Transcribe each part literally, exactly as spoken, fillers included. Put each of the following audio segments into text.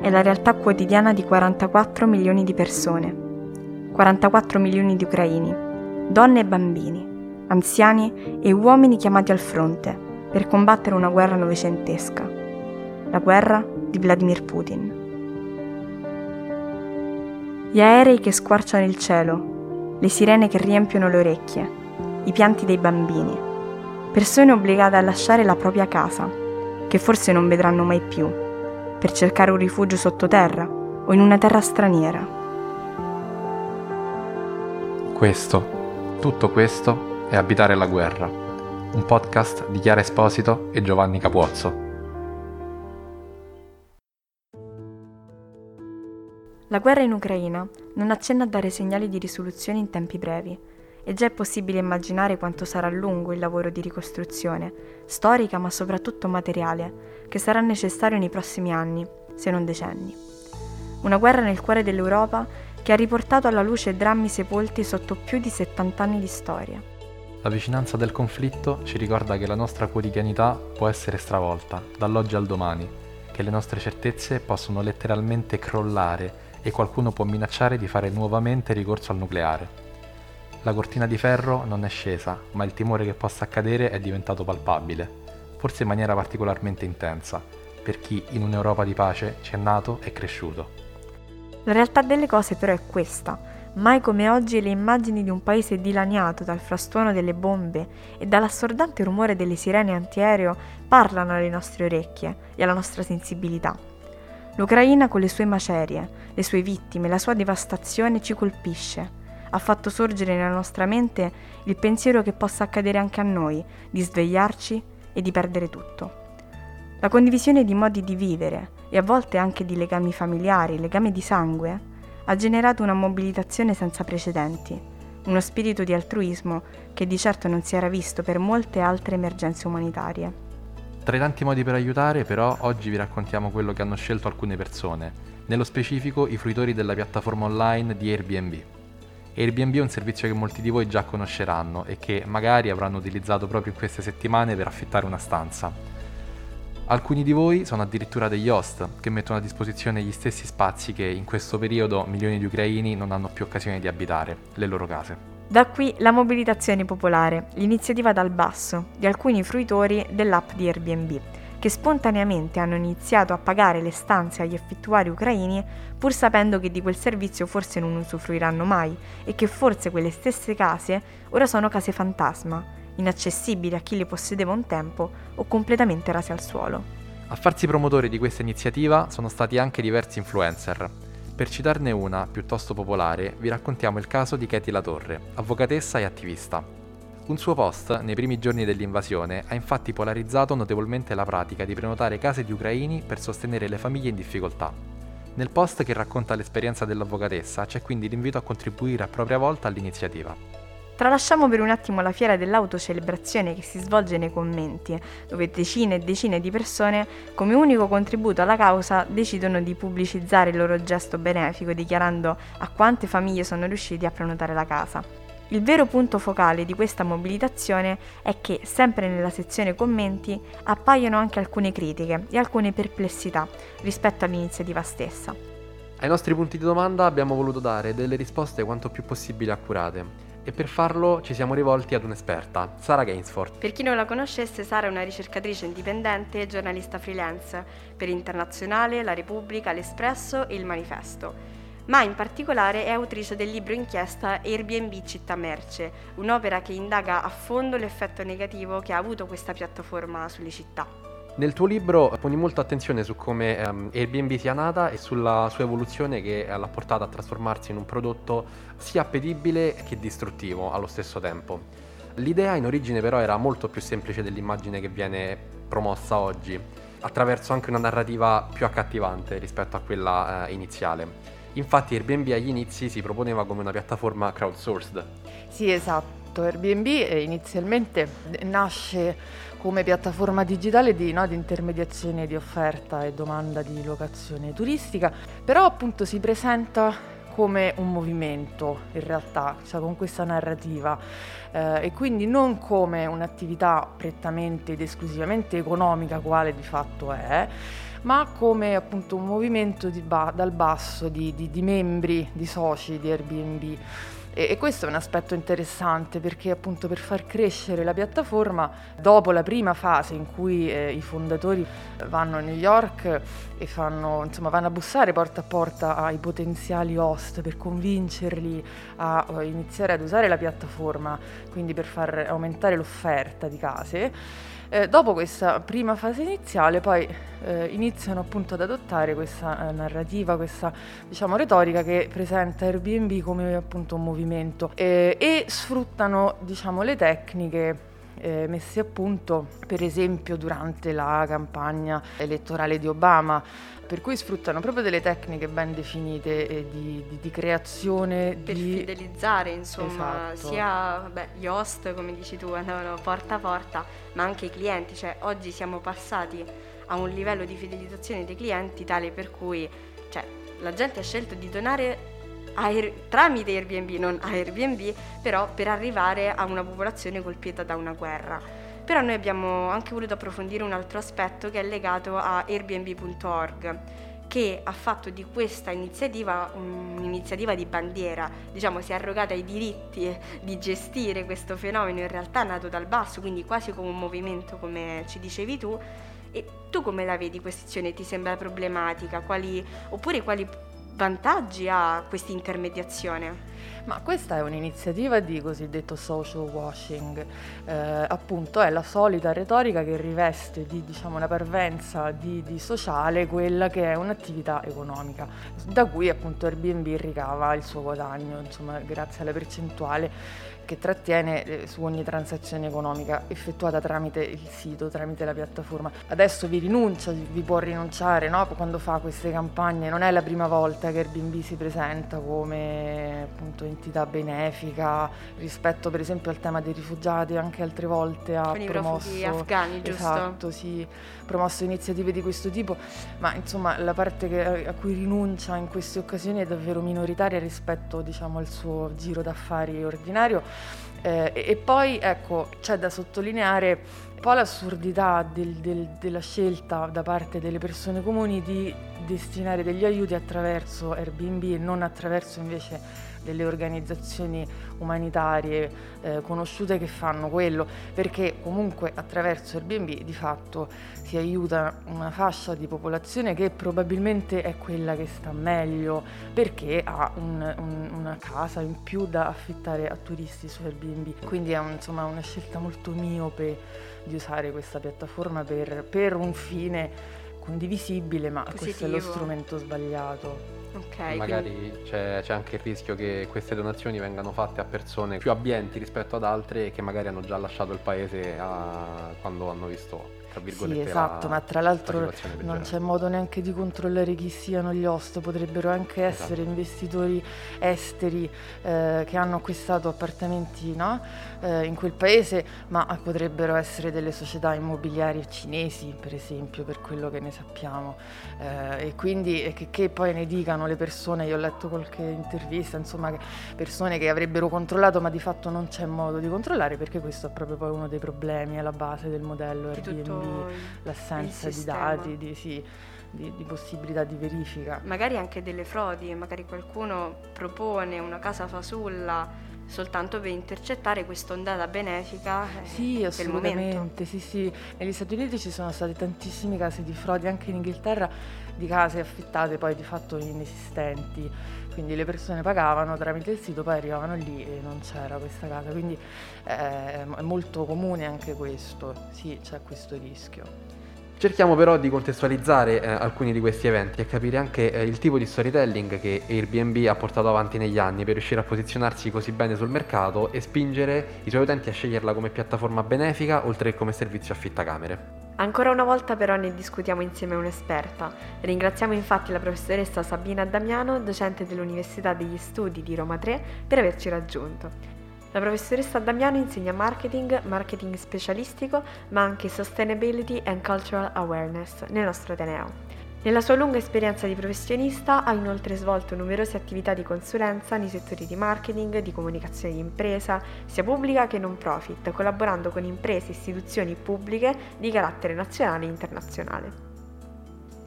è la realtà quotidiana di quarantaquattro milioni di persone, quarantaquattro milioni di ucraini, donne e bambini, anziani e uomini chiamati al fronte per combattere una guerra novecentesca, la guerra di Vladimir Putin. Gli aerei che squarciano il cielo, le sirene che riempiono le orecchie, i pianti dei bambini, persone obbligate a lasciare la propria casa, che forse non vedranno mai più, per cercare un rifugio sottoterra o in una terra straniera. Questo, tutto questo è Abitare la guerra, un podcast di Chiara Esposito e Giovanni Capuozzo. La guerra in Ucraina non accenna a dare segnali di risoluzione in tempi brevi e già è possibile immaginare quanto sarà lungo il lavoro di ricostruzione, storica ma soprattutto materiale, che sarà necessario nei prossimi anni, se non decenni. Una guerra nel cuore dell'Europa che ha riportato alla luce drammi sepolti sotto più di settanta anni di storia. La vicinanza del conflitto ci ricorda che la nostra quotidianità può essere stravolta, dall'oggi al domani, che le nostre certezze possono letteralmente crollare e qualcuno può minacciare di fare nuovamente ricorso al nucleare. La cortina di ferro non è scesa, ma il timore che possa accadere è diventato palpabile, forse in maniera particolarmente intensa, per chi in un'Europa di pace ci è nato e cresciuto. La realtà delle cose però è questa. Mai come oggi le immagini di un paese dilaniato dal frastuono delle bombe e dall'assordante rumore delle sirene antiaereo parlano alle nostre orecchie e alla nostra sensibilità. L'Ucraina con le sue macerie, le sue vittime, la sua devastazione ci colpisce. Ha fatto sorgere nella nostra mente il pensiero che possa accadere anche a noi, di svegliarci e di perdere tutto. La condivisione di modi di vivere e a volte anche di legami familiari, legami di sangue, ha generato una mobilitazione senza precedenti, uno spirito di altruismo che di certo non si era visto per molte altre emergenze umanitarie. Tra i tanti modi per aiutare, però, oggi vi raccontiamo quello che hanno scelto alcune persone, nello specifico i fruitori della piattaforma online di Airbnb. Airbnb è un servizio che molti di voi già conosceranno e che magari avranno utilizzato proprio in queste settimane per affittare una stanza. Alcuni di voi sono addirittura degli host che mettono a disposizione gli stessi spazi che in questo periodo milioni di ucraini non hanno più occasione di abitare, le loro case. Da qui la mobilitazione popolare, l'iniziativa dal basso di alcuni fruitori dell'app di Airbnb, che spontaneamente hanno iniziato a pagare le stanze agli affittuari ucraini pur sapendo che di quel servizio forse non usufruiranno mai e che forse quelle stesse case ora sono case fantasma, inaccessibili a chi le possedeva un tempo o completamente rase al suolo. A farsi promotori di questa iniziativa sono stati anche diversi influencer. Per citarne una, piuttosto popolare, vi raccontiamo il caso di Katie Latorre, avvocatessa e attivista. Un suo post, nei primi giorni dell'invasione, ha infatti polarizzato notevolmente la pratica di prenotare case di ucraini per sostenere le famiglie in difficoltà. Nel post che racconta l'esperienza dell'avvocatessa c'è quindi l'invito a contribuire a propria volta all'iniziativa. Tralasciamo per un attimo la fiera dell'autocelebrazione che si svolge nei commenti, dove decine e decine di persone, come unico contributo alla causa, decidono di pubblicizzare il loro gesto benefico, dichiarando a quante famiglie sono riusciti a prenotare la casa. Il vero punto focale di questa mobilitazione è che, sempre nella sezione commenti, appaiono anche alcune critiche e alcune perplessità rispetto all'iniziativa stessa. Ai nostri punti di domanda abbiamo voluto dare delle risposte quanto più possibile accurate. E per farlo ci siamo rivolti ad un'esperta, Sara Gainsford. Per chi non la conoscesse, Sara è una ricercatrice indipendente e giornalista freelance per Internazionale, La Repubblica, L'Espresso e Il Manifesto, ma in particolare è autrice del libro inchiesta Airbnb Città Merce, un'opera che indaga a fondo l'effetto negativo che ha avuto questa piattaforma sulle città. Nel tuo libro poni molta attenzione su come um, Airbnb sia nata e sulla sua evoluzione che l'ha portata a trasformarsi in un prodotto sia appetibile che distruttivo allo stesso tempo. L'idea in origine però era molto più semplice dell'immagine che viene promossa oggi, attraverso anche una narrativa più accattivante rispetto a quella uh, iniziale. Infatti Airbnb agli inizi si proponeva come una piattaforma crowdsourced. Sì, esatto. Airbnb inizialmente nasce come piattaforma digitale di, no, di intermediazione di offerta e domanda di locazione turistica, però appunto si presenta come un movimento in realtà, cioè con questa narrativa eh, e quindi non come un'attività prettamente ed esclusivamente economica, quale di fatto è, ma come appunto un movimento di ba- dal basso di, di, di membri, di soci di Airbnb. E, e questo è un aspetto interessante perché appunto per far crescere la piattaforma, dopo la prima fase in cui eh, i fondatori vanno a New York e fanno, insomma, vanno a bussare porta a porta ai potenziali host per convincerli a uh, iniziare ad usare la piattaforma, quindi per far aumentare l'offerta di case. Eh, dopo questa prima fase iniziale poi eh, iniziano appunto ad adottare questa eh, narrativa, questa diciamo retorica che presenta Airbnb come appunto un movimento eh, e sfruttano diciamo le tecniche eh, messe a punto per esempio durante la campagna elettorale di Obama, per cui sfruttano proprio delle tecniche ben definite eh, di, di, di creazione per di... fidelizzare insomma Esatto. sia vabbè, gli host come dici tu andavano porta a porta, ma anche i clienti, cioè oggi siamo passati a un livello di fidelizzazione dei clienti tale per cui cioè, la gente ha scelto di donare a Air, tramite Airbnb, non a Airbnb, però per arrivare a una popolazione colpita da una guerra. Però noi abbiamo anche voluto approfondire un altro aspetto che è legato a Airbnb punto org, che ha fatto di questa iniziativa un'iniziativa di bandiera, diciamo si è arrogata i diritti di gestire questo fenomeno in realtà nato dal basso, quindi quasi come un movimento come ci dicevi tu. E tu come la vedi questa azione? Ti sembra problematica? Quali, oppure quali vantaggi ha questa intermediazione? Ma questa è un'iniziativa di cosiddetto social washing, eh, appunto è la solita retorica che riveste di diciamo una parvenza di, di sociale quella che è un'attività economica, da cui appunto Airbnb ricava il suo guadagno, insomma grazie alla percentuale che trattiene eh, su ogni transazione economica effettuata tramite il sito, tramite la piattaforma. Adesso vi rinuncia, vi può rinunciare, no? Quando fa queste campagne, non è la prima volta che Airbnb si presenta come appunto entità benefica rispetto per esempio al tema dei rifugiati, anche altre volte ha Con i promosso profughi afghani, giusto? Esatto, sì, promosso iniziative di questo tipo, ma insomma la parte che, a cui rinuncia in queste occasioni è davvero minoritaria rispetto diciamo al suo giro d'affari ordinario. Eh, e, e poi ecco c'è da sottolineare un po' l'assurdità del, del, della scelta da parte delle persone comuni di destinare degli aiuti attraverso Airbnb e non attraverso invece delle organizzazioni umanitarie eh, conosciute che fanno quello, perché comunque attraverso Airbnb di fatto si aiuta una fascia di popolazione che probabilmente è quella che sta meglio perché ha un, un, una casa in più da affittare a turisti su Airbnb, quindi è un, insomma una scelta molto miope di usare questa piattaforma per, per un fine condivisibile, ma Positivo. Questo è lo strumento sbagliato. Ok, Magari quindi... c'è, c'è anche il rischio che queste donazioni vengano fatte a persone più abbienti rispetto ad altre e che magari hanno già lasciato il paese a, quando hanno visto, tra virgolette, sì, esatto, la, ma tra l'altro la situazione non peggiorare. c'è modo neanche di controllare chi siano gli host, potrebbero anche essere Esatto. investitori esteri eh, che hanno acquistato appartamenti no? eh, in quel paese, ma potrebbero essere delle società immobiliari cinesi, per esempio, per quello che ne sappiamo. Eh, e quindi eh, che, che poi ne dicano le persone, io ho letto qualche intervista, insomma, che persone che avrebbero controllato, ma di fatto non c'è modo di controllare, perché questo è proprio poi uno dei problemi alla base del modello di Airbnb. tutto L'assenza il di sistema. dati, di, sì, di, di possibilità di verifica. Magari anche delle frodi, magari qualcuno propone una casa fasulla soltanto per intercettare quest'ondata benefica eh, Sì, del momento. assolutamente, sì, sì. Negli Stati Uniti ci sono stati tantissimi casi di frodi, anche in Inghilterra, di case affittate poi di fatto inesistenti. Quindi le persone pagavano tramite il sito, poi arrivavano lì e non c'era questa casa. Quindi eh, è molto comune anche questo, sì, c'è questo rischio. Cerchiamo però di contestualizzare eh, alcuni di questi eventi e capire anche eh, il tipo di storytelling che Airbnb ha portato avanti negli anni per riuscire a posizionarsi così bene sul mercato e spingere i suoi utenti a sceglierla come piattaforma benefica oltre che come servizio affittacamere. Ancora una volta però ne discutiamo insieme a un'esperta. Ringraziamo infatti la professoressa Sabina Damiano, docente dell'Università degli Studi di Roma tre, per averci raggiunto. La professoressa Damiano insegna marketing, marketing specialistico, ma anche sustainability and cultural awareness nel nostro Ateneo. Nella sua lunga esperienza di professionista ha inoltre svolto numerose attività di consulenza nei settori di marketing, di comunicazione di impresa, sia pubblica che non profit, collaborando con imprese e istituzioni pubbliche di carattere nazionale e internazionale.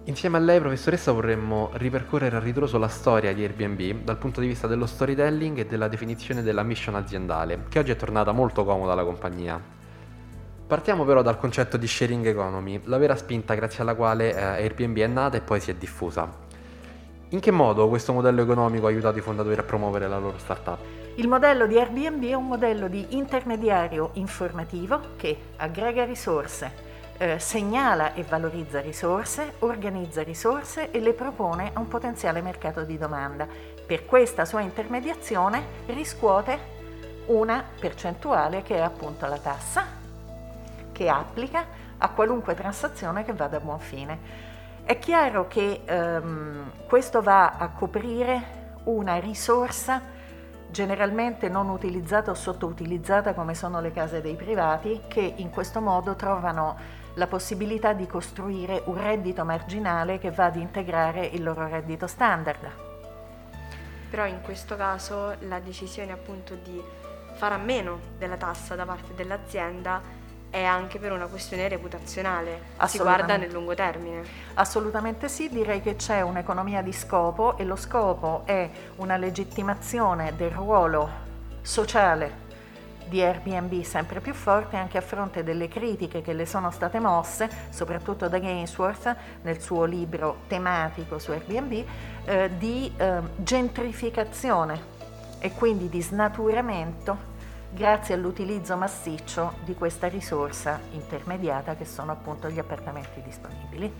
Insieme a lei, professoressa, vorremmo ripercorrere a ritroso la storia di Airbnb dal punto di vista dello storytelling e della definizione della mission aziendale, che oggi è tornata molto comoda alla compagnia. Partiamo però dal concetto di sharing economy, la vera spinta grazie alla quale eh, Airbnb è nata e poi si è diffusa. In che modo questo modello economico ha aiutato i fondatori a promuovere la loro startup? Il modello di Airbnb è un modello di intermediario informativo che aggrega risorse, Eh, segnala e valorizza risorse, organizza risorse e le propone a un potenziale mercato di domanda. Per questa sua intermediazione riscuote una percentuale che è appunto la tassa che applica a qualunque transazione che vada a buon fine. È chiaro che ehm, questo va a coprire una risorsa generalmente non utilizzata o sottoutilizzata come sono le case dei privati, che in questo modo trovano la possibilità di costruire un reddito marginale che va ad integrare il loro reddito standard. Però in questo caso la decisione appunto di fare a meno della tassa da parte dell'azienda è anche per una questione reputazionale, si guarda nel lungo termine. Assolutamente sì, direi che c'è un'economia di scopo e lo scopo è una legittimazione del ruolo sociale di Airbnb sempre più forte, anche a fronte delle critiche che le sono state mosse, soprattutto da Gainsworth nel suo libro tematico su Airbnb, eh, di eh, gentrificazione e quindi di snaturamento grazie all'utilizzo massiccio di questa risorsa intermediata che sono appunto gli appartamenti disponibili.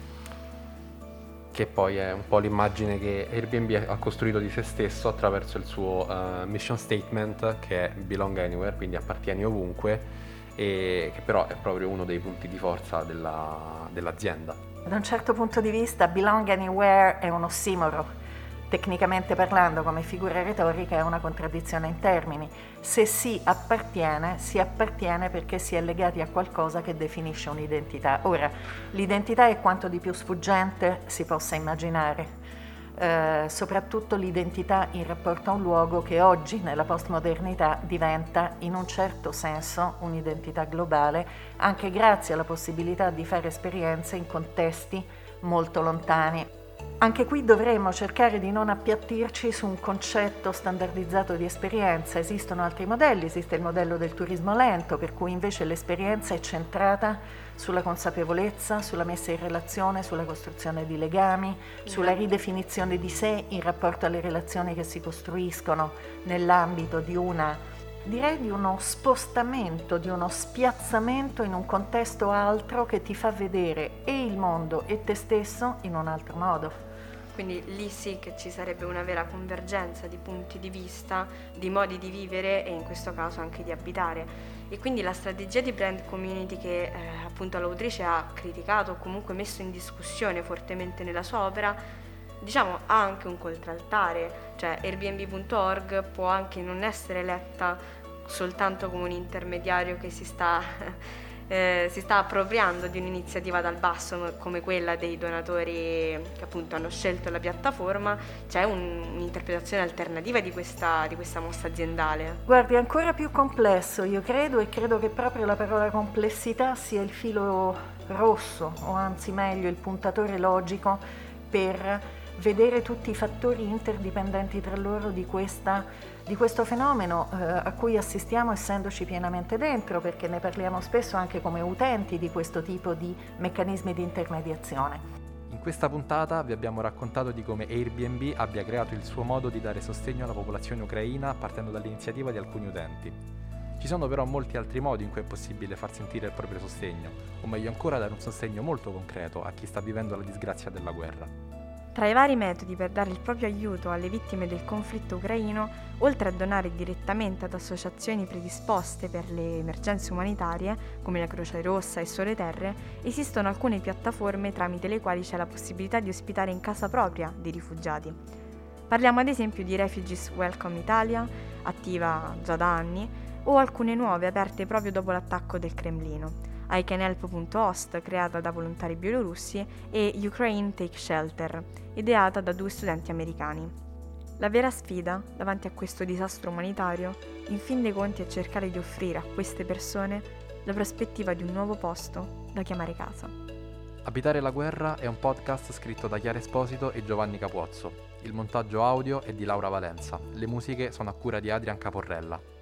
Che poi è un po' l'immagine che Airbnb ha costruito di se stesso attraverso il suo uh, mission statement, che è Belong Anywhere, quindi appartieni ovunque, e che però è proprio uno dei punti di forza della, dell'azienda. Da un certo punto di vista Belong Anywhere è un ossimoro. Tecnicamente parlando, come figura retorica, è una contraddizione in termini. Se si appartiene, si appartiene perché si è legati a qualcosa che definisce un'identità. Ora, l'identità è quanto di più sfuggente si possa immaginare, eh, soprattutto l'identità in rapporto a un luogo che oggi, nella postmodernità, diventa in un certo senso un'identità globale, anche grazie alla possibilità di fare esperienze in contesti molto lontani. Anche qui dovremmo cercare di non appiattirci su un concetto standardizzato di esperienza. Esistono altri modelli, esiste il modello del turismo lento, per cui invece l'esperienza è centrata sulla consapevolezza, sulla messa in relazione, sulla costruzione di legami, sulla ridefinizione di sé in rapporto alle relazioni che si costruiscono nell'ambito di una, direi di uno spostamento, di uno spiazzamento in un contesto altro che ti fa vedere e il mondo e te stesso in un altro modo. Quindi lì sì che ci sarebbe una vera convergenza di punti di vista, di modi di vivere e in questo caso anche di abitare. E quindi la strategia di brand community che eh, appunto l'autrice ha criticato o comunque messo in discussione fortemente nella sua opera, diciamo ha anche un contraltare, cioè Airbnb punto org può anche non essere letta soltanto come un intermediario che si sta... Eh, si sta appropriando di un'iniziativa dal basso come quella dei donatori che appunto hanno scelto la piattaforma. C'è un, un'interpretazione alternativa di questa, di questa mossa aziendale. Guardi, è ancora più complesso, io credo, e credo che proprio la parola complessità sia il filo rosso, o anzi meglio il puntatore logico per vedere tutti i fattori interdipendenti tra loro di questa di questo fenomeno eh, a cui assistiamo essendoci pienamente dentro, perché ne parliamo spesso anche come utenti di questo tipo di meccanismi di intermediazione. In questa puntata vi abbiamo raccontato di come Airbnb abbia creato il suo modo di dare sostegno alla popolazione ucraina partendo dall'iniziativa di alcuni utenti. Ci sono però molti altri modi in cui è possibile far sentire il proprio sostegno, o meglio ancora dare un sostegno molto concreto a chi sta vivendo la disgrazia della guerra. Tra i vari metodi per dare il proprio aiuto alle vittime del conflitto ucraino, oltre a donare direttamente ad associazioni predisposte per le emergenze umanitarie, come la Croce Rossa e Sole Terre, esistono alcune piattaforme tramite le quali c'è la possibilità di ospitare in casa propria dei rifugiati. Parliamo ad esempio di Refugees Welcome Italia, attiva già da anni, o alcune nuove aperte proprio dopo l'attacco del Cremlino. I Can Help punto host, creata da volontari bielorussi, e Ukraine Take Shelter, ideata da due studenti americani. La vera sfida, davanti a questo disastro umanitario, in fin dei conti è cercare di offrire a queste persone la prospettiva di un nuovo posto da chiamare casa. Abitare la guerra è un podcast scritto da Chiara Esposito e Giovanni Capuozzo. Il montaggio audio è di Laura Valenza. Le musiche sono a cura di Adrian Caporrella.